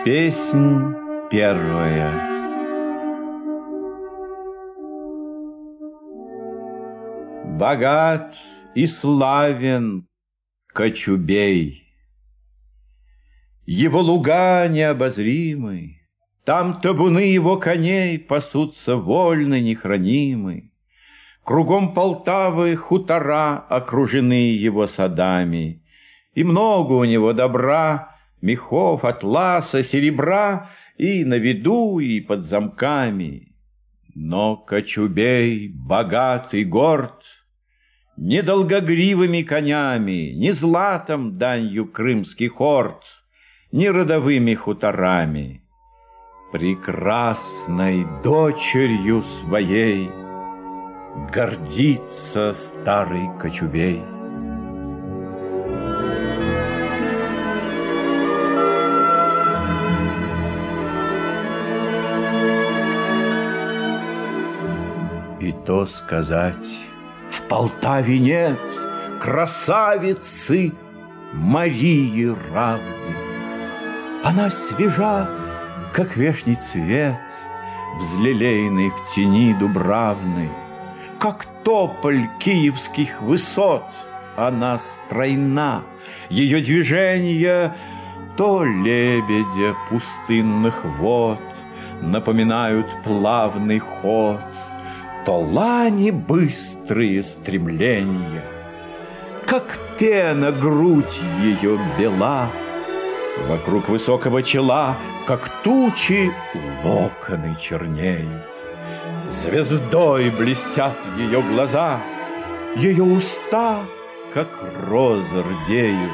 Песнь первая. Богат и славен Кочубей, его луга необозримы, там табуны его коней пасутся вольны, нехранимы. Кругом Полтавы хутора окружены его садами, и много у него добра, мехов, атласа, серебра, и на виду, и под замками. Но Кочубей богат и горд, не долгогривыми конями, не златом данью крымских орд, не родовыми хуторами, прекрасной дочерью своей гордится старый Кочубей. И то сказать, в Полтаве нет красавицы Марии равной. Она свежа, как вешний цвет, взлелеянный в тени дубравной, как тополь киевских высот. Она стройна, ее движения то лебедя пустынных вод напоминают плавный ход, то лани быстрые стремления. Как пена грудь ее бела, вокруг высокого чела, как тучи, локоны чернеют. Звездой блестят ее глаза, ее уста, как розы, рдеют.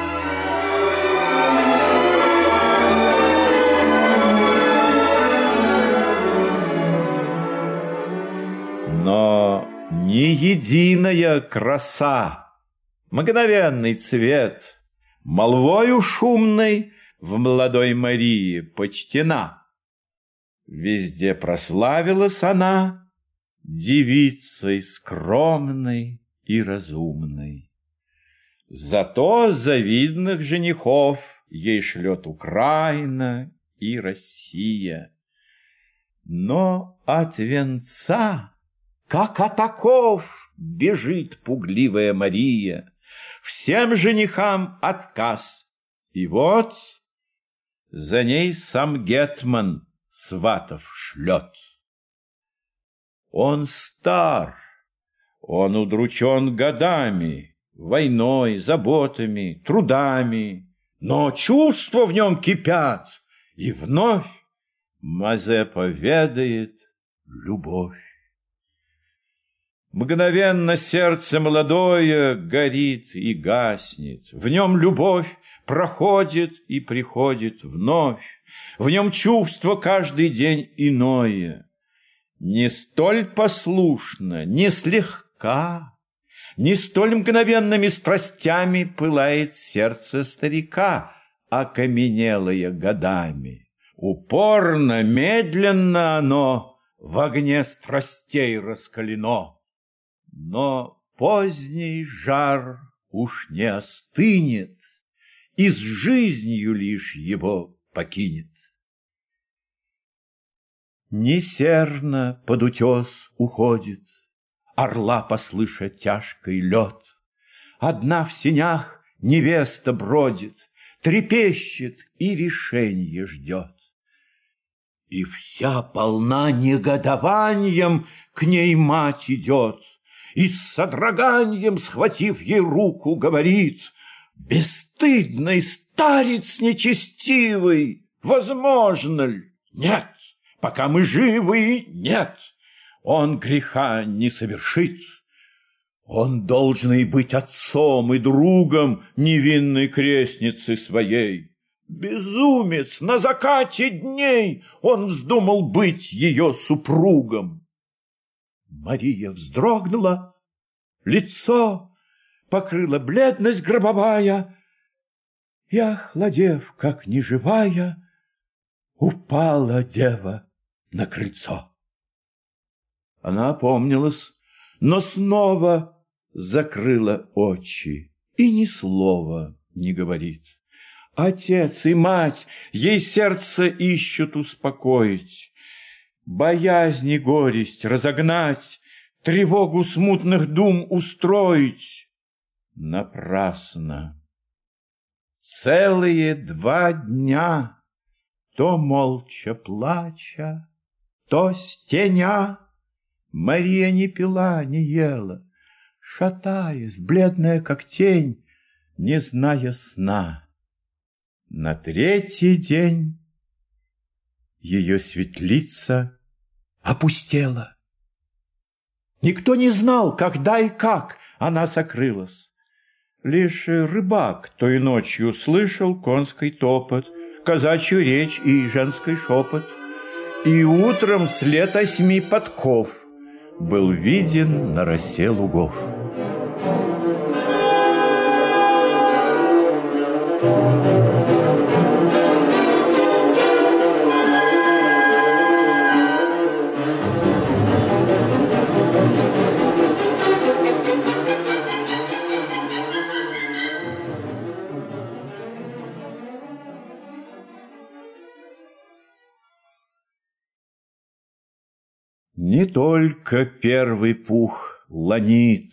Но не единая краса, мгновенный цвет, молвою шумной в молодой Марии почтена. Везде прославилась она девицей скромной и разумной. Зато завидных женихов ей шлет Украина и Россия. Но от венца, как от оков, бежит пугливая Мария. Всем женихам отказ. И вот за ней сам гетман сватов шлет. Он стар, он удручен годами, войной, заботами, трудами, но чувства в нем кипят, и вновь Мазепа ведает любовь. Мгновенно сердце молодое горит и гаснет, в нем любовь проходит и приходит вновь, в нем чувство каждый день иное. Не столь послушно, не слегка, не столь мгновенными страстями пылает сердце старика, окаменелое годами. Упорно, медленно оно в огне страстей раскалено. Но поздний жар уж не остынет, и с жизнью лишь его покинет. Несерно под утес уходит, орла послыша тяжкий лед. Одна в сенях невеста бродит, трепещет и решенье ждет. И вся полна негодованием к ней мать идет, и с содроганием, схватив ей руку, говорит: «Бесстыдный старец нечестивый, возможно ли? Нет, пока мы живы, нет, он греха не совершит. Он должен быть отцом и другом невинной крестницы своей. Безумец, на закате дней он вздумал быть ее супругом». Мария вздрогнула, лицо покрыла бледность гробовая, и, охладев, как неживая, упала дева на крыльцо. Она опомнилась, но снова закрыла очи и ни слова не говорит. Отец и мать ей сердце ищут успокоить, боязни горесть разогнать, тревогу смутных дум устроить. Напрасно. Целые 2 дня, то молча плача, то стеня, Мария не пила, не ела, шатаясь, бледная как тень, не зная сна. На 3-й день ее светлица опустела. Никто не знал, когда и как она сокрылась. Лишь рыбак той ночью слышал конский топот, казачью речь и женский шепот. И утром след 8 подков был виден на росе лугов. Не только первый пух ланит,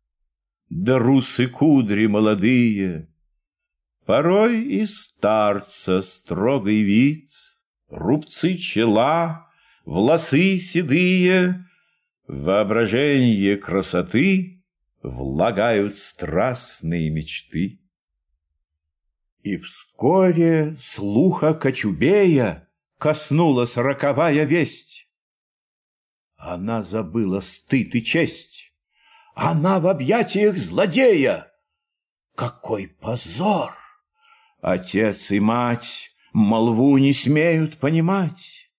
да русы кудри молодые, порой и старца строгий вид, рубцы чела, волосы седые, воображение красоты влагают страстные мечты. И вскоре слуха Кочубея коснулась роковая весть. Она забыла стыд и честь. Она в объятиях злодея. Какой позор! Отец и мать молву не смеют понимать.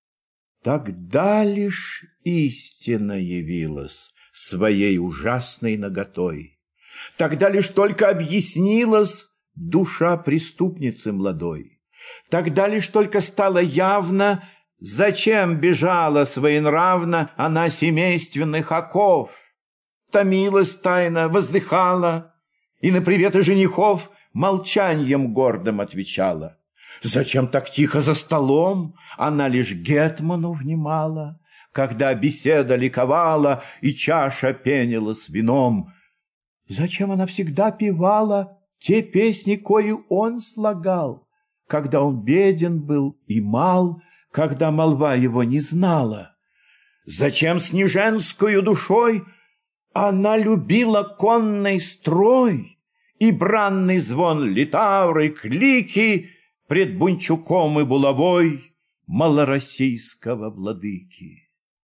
Тогда лишь истина явилась своей ужасной наготой. Тогда лишь только объяснилась душа преступницы молодой. Тогда лишь только стало явно, зачем бежала своенравно она семейственных оков. Томилась тайно, воздыхала, и на приветы женихов молчанием гордым отвечала. Зачем так тихо за столом она лишь гетману внимала, когда беседа ликовала и чаша пенилась вином? Зачем она всегда певала те песни, кои он слагал, когда он беден был и мал, когда молва его не знала? Зачем с неженскою душой она любила конный строй и бранный звон литавры, клики пред Бунчуком и булавой малороссийского владыки?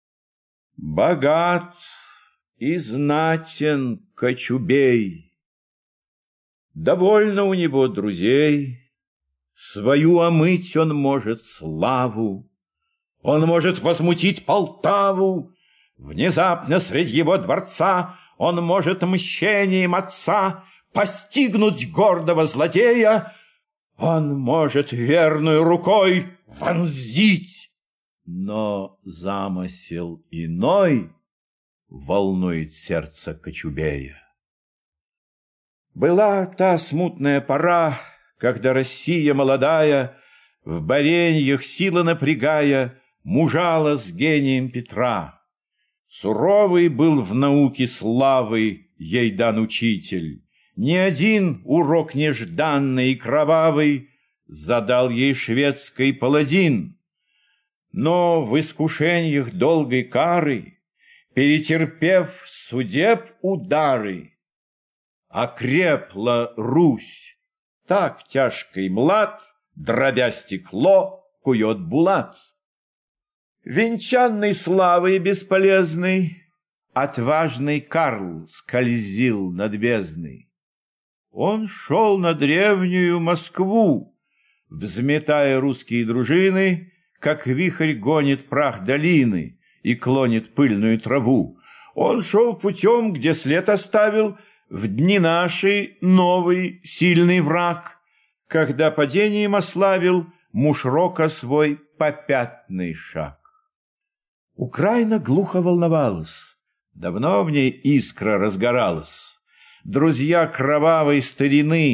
Богат и знатен Кочубей, довольно у него друзей, свою омыть он может славу, он может возмутить Полтаву, внезапно средь его дворца он может мщением отца постигнуть гордого злодея, он может верную рукой вонзить, но замысел иной волнует сердце Кочубея. Была та смутная пора, когда Россия молодая, в бореньях силы напрягая, мужала с гением Петра. Суровый был в науке славы ей дан учитель. Ни один урок нежданный и кровавый задал ей шведский паладин. Но в искушениях долгой кары, перетерпев судеб удары, окрепла Русь. Так тяжкий млад, дробя стекло, кует булат. Венчанный славой бесполезной, отважный Карл скользил над бездной. Он шел на древнюю Москву, взметая русские дружины, как вихрь гонит прах долины и клонит пыльную траву. Он шел путем, где след оставил в дни наши новый сильный враг, когда падением ославил муж рока свой попятный шаг. Украина глухо волновалась, давно в ней искра разгоралась. Друзья кровавой старины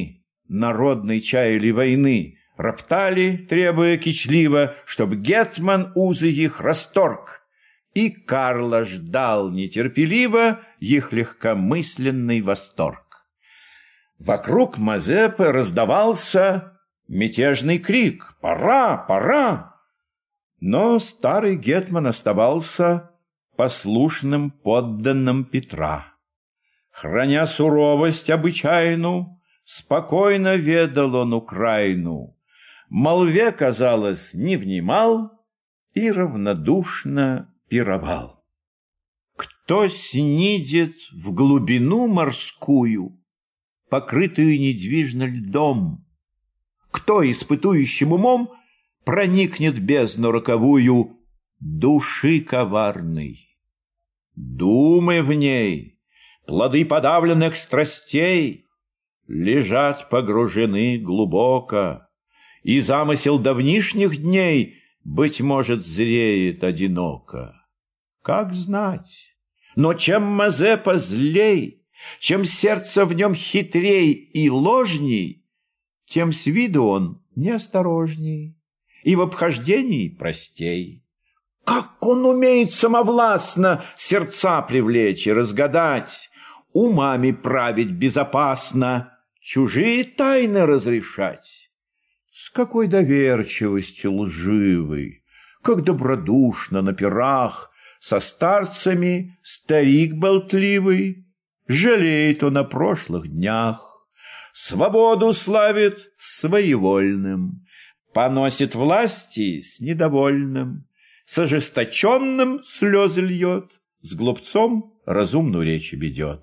народной чаяли войны, роптали, требуя кичливо, чтоб гетман узы их расторг. И Карла ждал нетерпеливо их легкомысленный восторг. Вокруг Мазепы раздавался мятежный крик: «Пора, пора!» Но старый гетман оставался послушным подданным Петра. Храня суровость обычайну, спокойно ведал он Украину. Молве, казалось, не внимал и равнодушно пировал. Кто снидет в глубину морскую, покрытую недвижно льдом? Кто испытующим умом проникнет бездну роковую души коварной? Думы в ней, плоды подавленных страстей, лежат погружены глубоко, и замысел давнишних дней, быть может, зреет одиноко. Как знать? Но чем Мазепа злей, чем сердце в нем хитрей и ложней, тем с виду он неосторожней и в обхождении простей. Как он умеет самовластно сердца привлечь и разгадать, умами править безопасно, чужие тайны разрешать. С какой доверчивостью лживой, как добродушно на пирах, со старцами старик болтливый, жалеет он о прошлых днях, свободу славит своевольным, поносит власти с недовольным, с ожесточенным слезы льет, с глупцом разумную речь ведет.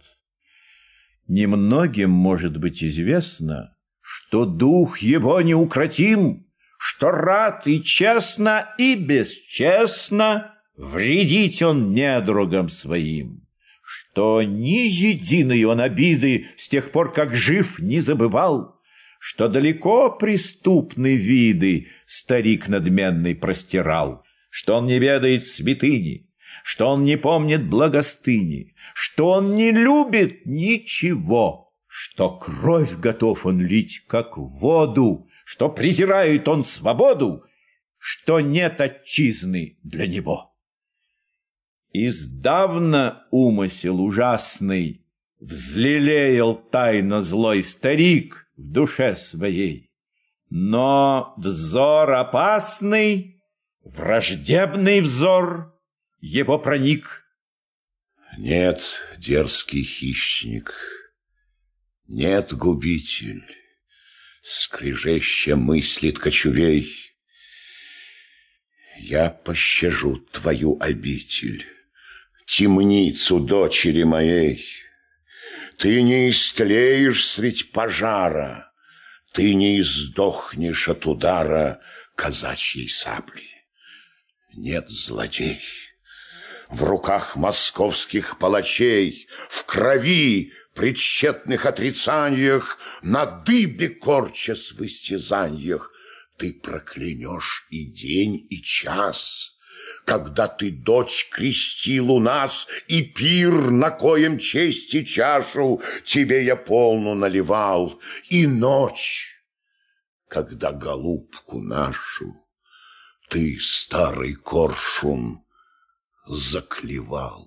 Немногим может быть известно, что дух его неукротим, что рад и честно, и бесчестно вредить он недругам своим, что ни единой он обиды с тех пор, как жив, не забывал, что далеко преступны виды старик надменный простирал, что он не ведает святыни, что он не помнит благостыни, что он не любит ничего, что кровь готов он лить, как воду, что презирает он свободу, что нет отчизны для него. Издавна умысел ужасный взлелеял тайно злой старик в душе своей, но взор опасный, враждебный взор его проник. Нет, дерзкий хищник, нет, губитель, скрежеща мыслит кочубей, я пощажу твою обитель, темницу дочери моей. Ты не истлеешь средь пожара, ты не издохнешь от удара казачьей сабли. Нет, злодей, в руках московских палачей, в крови, при тщетных отрицаниях, на дыбе корчась в истязаниях, ты проклянешь и день, и час, когда ты дочь крестил у нас, и пир, на коем чести чашу тебе я полну наливал, и ночь, когда голубку нашу ты, старый коршун, заклевал.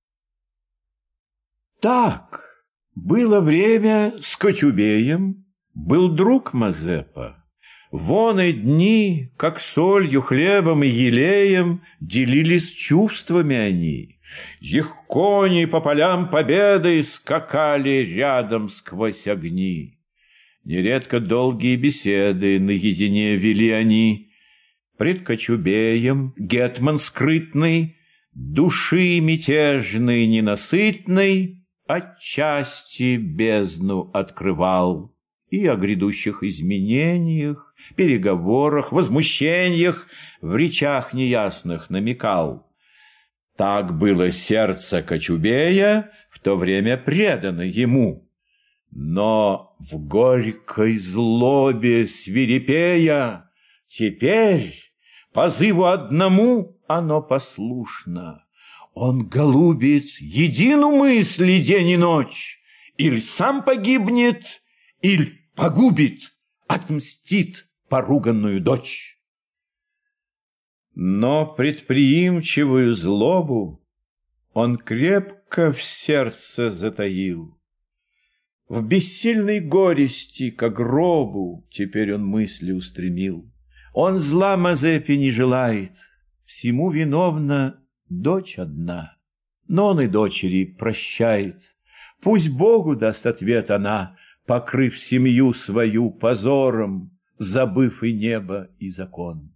Так было время с Кочубеем, был друг Мазепа. Вон и дни, как солью, хлебом и елеем, делились чувствами они. Их кони по полям победы скакали рядом сквозь огни. Нередко долгие беседы наедине вели они. Пред Кочубеем гетман скрытный, души мятежной ненасытной, отчасти бездну открывал и о грядущих изменениях, переговорах, возмущениях в речах неясных намекал. Так было сердце Кочубея, в то время предано ему. Но в горькой злобе свирепея теперь позыву одному оно послушно. Он голубит едину мысль день и ночь, или сам погибнет, или погубит, отмстит поруганную дочь. Но предприимчивую злобу он крепко в сердце затаил. В бессильной горести ко гробу теперь он мысли устремил. Он зла Мазепе не желает, всему виновна дочь одна. Но он и дочери прощает. Пусть Богу даст ответ она, покрыв семью свою позором, забыв и небо, и закон.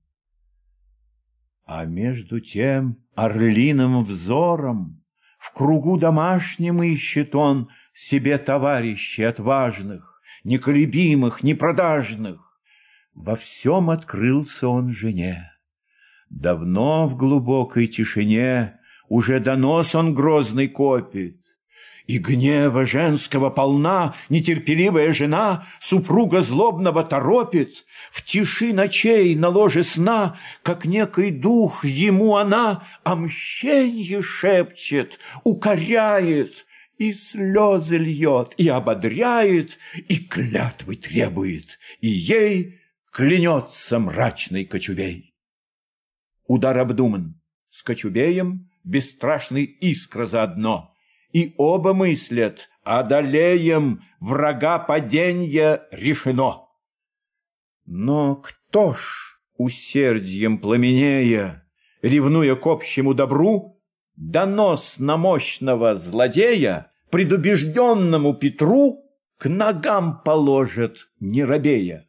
А между тем орлиным взором в кругу домашнем ищет он себе товарищей отважных, неколебимых, непродажных. Во всем открылся он жене. Давно в глубокой тишине уже донос он грозный копит. И гнева женского полна нетерпеливая жена супруга злобного торопит. В тиши ночей на ложе сна, как некий дух, ему она о мщенье шепчет, укоряет, и слезы льет, и ободряет, и клятвы требует, и ей клянется мрачный Кочубей. Удар обдуман, с Кочубеем бесстрашный Искра заодно. И оба мыслят, одолеем врага паденья решено. Но кто ж, усердием пламенея, ревнуя к общему добру, донос на мощного злодея предубежденному Петру к ногам положит, не робея?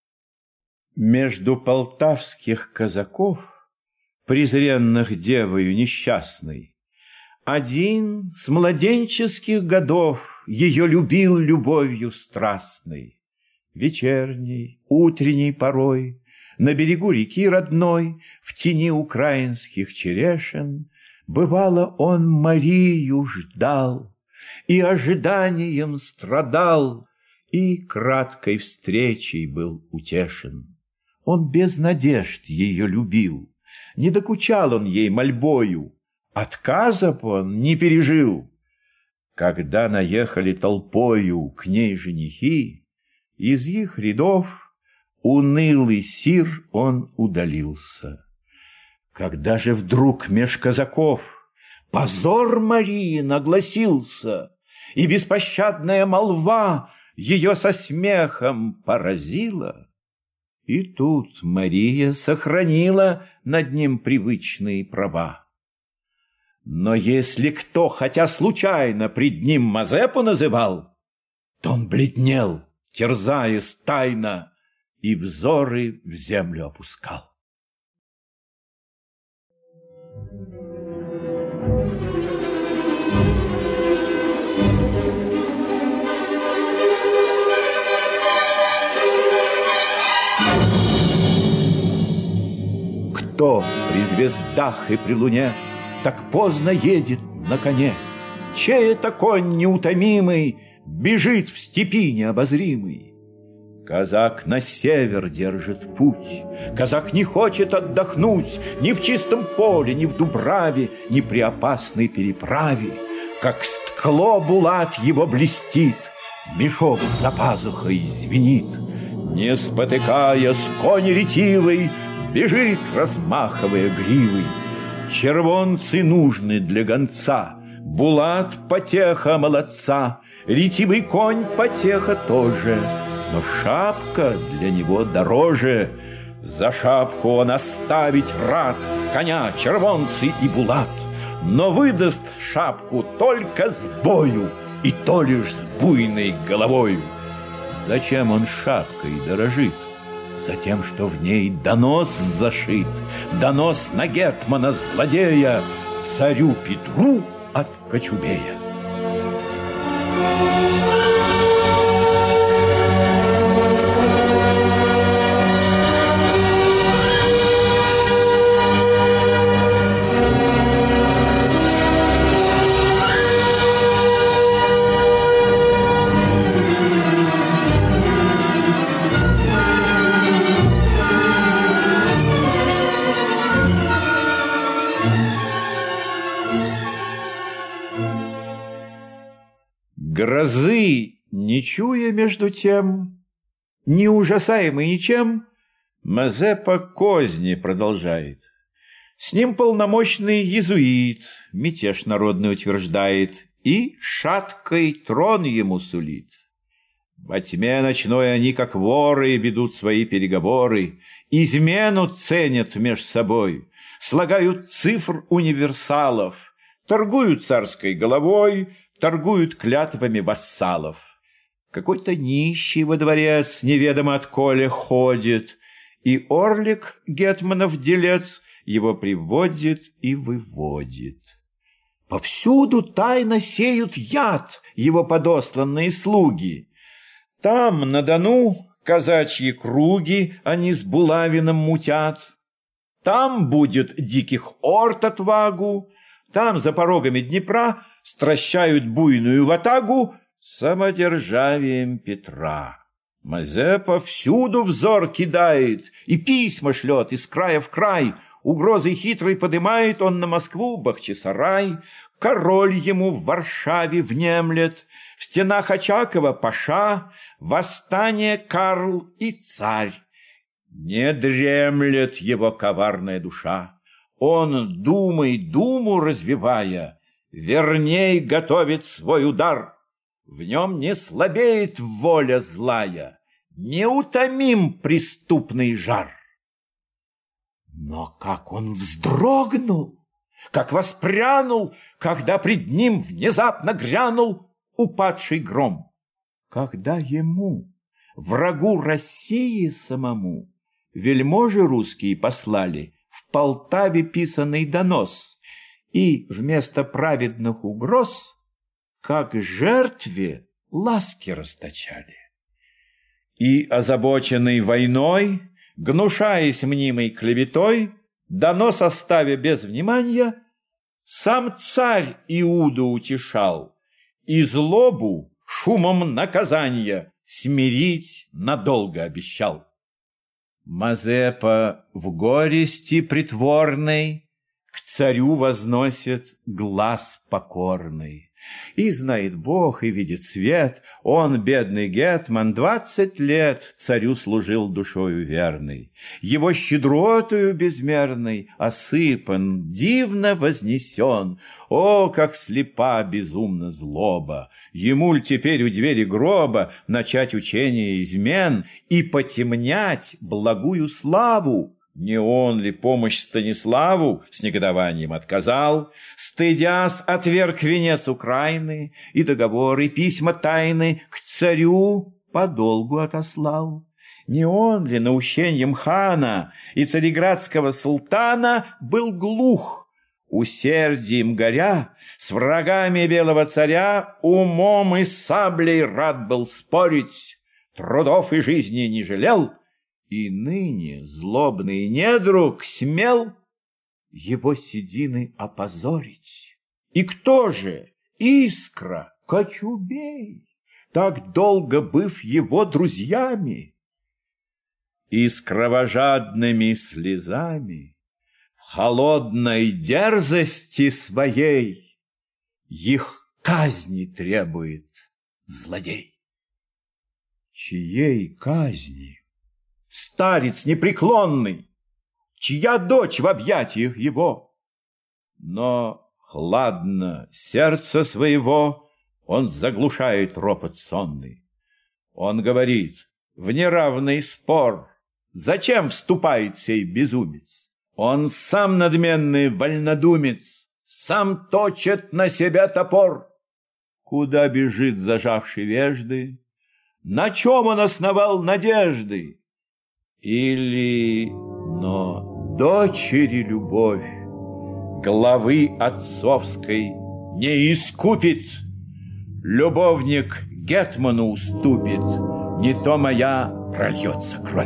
Между полтавских казаков, презренных девою несчастной, один с младенческих годов ее любил любовью страстной. Вечерней, утренней порой, на берегу реки родной, в тени украинских черешен, бывало, он Марию ждал, и ожиданием страдал, и краткой встречей был утешен. Он без надежд ее любил, не докучал он ей мольбою, отказа б он не пережил. Когда наехали толпою к ней женихи, из их рядов унылый сир он удалился. Когда же вдруг меж казаков позор Марии нагласился, и беспощадная молва ее со смехом поразила, и тут Мария сохранила над ним привычные права. Но если кто, хотя случайно, пред ним Мазепу называл, то он бледнел, терзаясь тайно, и взоры в землю опускал. Кто при звездах и при луне так поздно едет на коне? Чей это конь неутомимый бежит в степи необозримой? Казак на север держит путь, казак не хочет отдохнуть ни в чистом поле, ни в дубраве, ни при опасной переправе. Как стекло булат его блестит, мешок за пазухой звенит. Не спотыкаясь, конь ретивый бежит, размахивая гривой. Червонцы нужны для гонца, булат потеха молодца, ретивый конь потеха тоже, но шапка для него дороже. За шапку он оставить рад коня, червонцы и булат, но выдаст шапку только с бою, и то лишь с буйной головою. Зачем он шапкой дорожит? Затем, что в ней донос зашит, донос на гетмана злодея, царю Петру от Кочубея. Грозы, не чуя между тем, Не ужасаемый ничем, Мазепа козни продолжает. С ним полномочный иезуит мятеж народный утверждает и шаткой трон ему сулит. Во тьме ночной они, как воры, ведут свои переговоры, измену ценят меж собой, слагают цифр универсалов, торгуют царской головой, торгуют клятвами вассалов. Какой-то нищий во дворец неведомо отколе ходит, и орлик, гетманов делец, его приводит и выводит. Повсюду тайно сеют яд его подосланные слуги. Там, на Дону, казачьи круги они с булавином мутят. Там будет диких орд отвагу, там за порогами Днепра стращают буйную ватагу самодержавием Петра. Мазепа всюду взор кидает и письма шлет из края в край. Угрозой хитрой подымает он на Москву Бахчисарай. Король ему в Варшаве внемлет, в стенах Очакова паша, восстание Карл и царь. Не дремлет его коварная душа. Он, думой думу развивая, верней готовит свой удар. В нем не слабеет воля злая, неутомим преступный жар. Но как он вздрогнул, как воспрянул, когда пред ним внезапно грянул упадший гром. Когда ему, врагу России самому, вельможи русские послали в Полтаве писанный донос, и вместо праведных угроз, как жертве, ласки расточали. И, озабоченный войной, гнушаясь мнимой клеветой, донос оставя без внимания, сам царь Иуду утешал и злобу шумом наказания смирить надолго обещал. Мазепа в горести притворной к царю возносит глаз покорный. И знает Бог, и видит свет, он, бедный гетман, 20 лет царю служил душою верной. Его щедротою безмерной осыпан, дивно вознесен. О, как слепа безумна злоба! Ему ль теперь у двери гроба начать учение измен и потемнять благую славу? Не он ли помощь Станиславу с негодованием отказал, стыдясь, отверг венец Украины и договоры, письма тайны к царю подолгу отослал? Не он ли наущением хана и цареградского султана был глух, усердием горя, с врагами белого царя умом и саблей рад был спорить, трудов и жизни не жалел? И ныне злобный недруг смел его седины опозорить. И кто же? Искра, Кочубей, так долго быв его друзьями. И с кровожадными слезами, в холодной дерзости своей, их казни требует злодей. Чьей казни? Старец непреклонный, чья дочь в объятиях его? Но хладно сердце своего он заглушает ропот сонный. Он говорит в неравный спор, зачем вступает сей безумец? Он сам надменный вольнодумец, сам точит на себя топор. Куда бежит зажавший вежды? На чем он основал надежды? Но дочери любовь главы отцовской не искупит. Любовник гетману уступит, не то моя прольется кровь.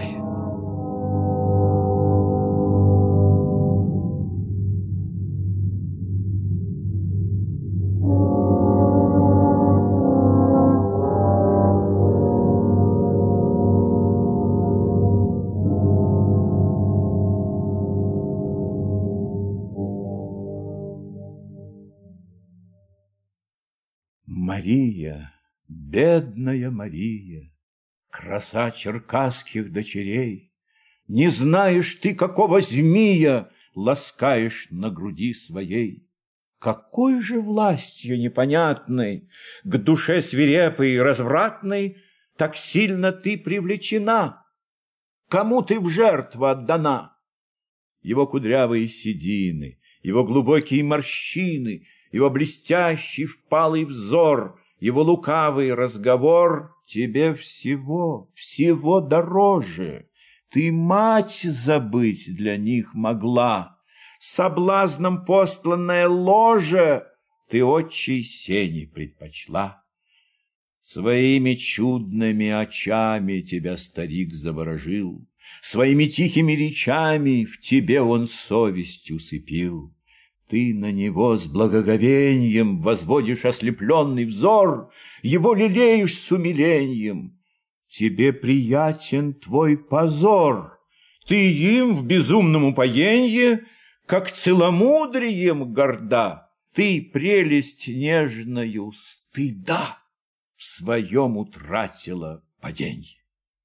Мария, бедная Мария, краса черкасских дочерей! Не знаешь ты, какого змея ласкаешь на груди своей! Какой же властью непонятной, к душе свирепой и развратной, так сильно ты привлечена? Кому ты в жертву отдана? Его кудрявые седины, его глубокие морщины, его блестящий впалый взор, его лукавый разговор тебе всего, всего дороже. Ты мать забыть для них могла, соблазном постланное ложе ты отчей сени предпочла. Своими чудными очами тебя старик заворожил, своими тихими речами в тебе он совесть усыпил. Ты на него с благоговением возводишь ослепленный взор, его лелеешь с умилением. Тебе приятен твой позор, ты им в безумном упоенье, как целомудрием горда, ты прелесть нежною стыда в своем утратила паденье.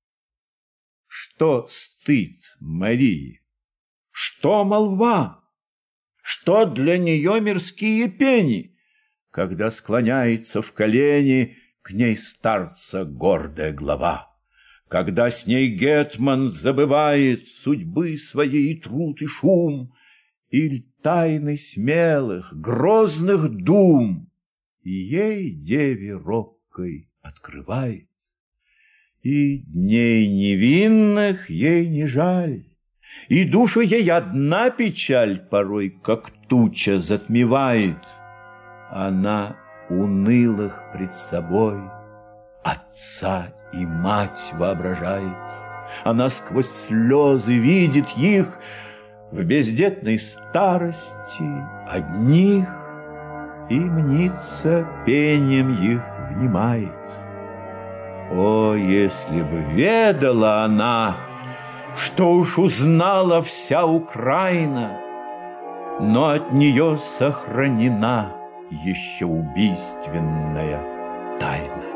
Что стыд Марии? Что молва? Что для нее мирские пени, когда склоняется в колени к ней старца гордая глава, когда с ней гетман забывает судьбы своей и труд, и шум, или тайны смелых, грозных дум, и ей, деве робкой, открывает, и дней невинных ей не жаль, и душу ей одна печаль порой, как туча, затмевает. Она унылых пред собой отца и мать воображает. Она сквозь слезы видит их в бездетной старости одних и мнится пением их внимает. О, если бы ведала она, что уж узнала вся Украина, но от нее сохранена еще убийственная тайна.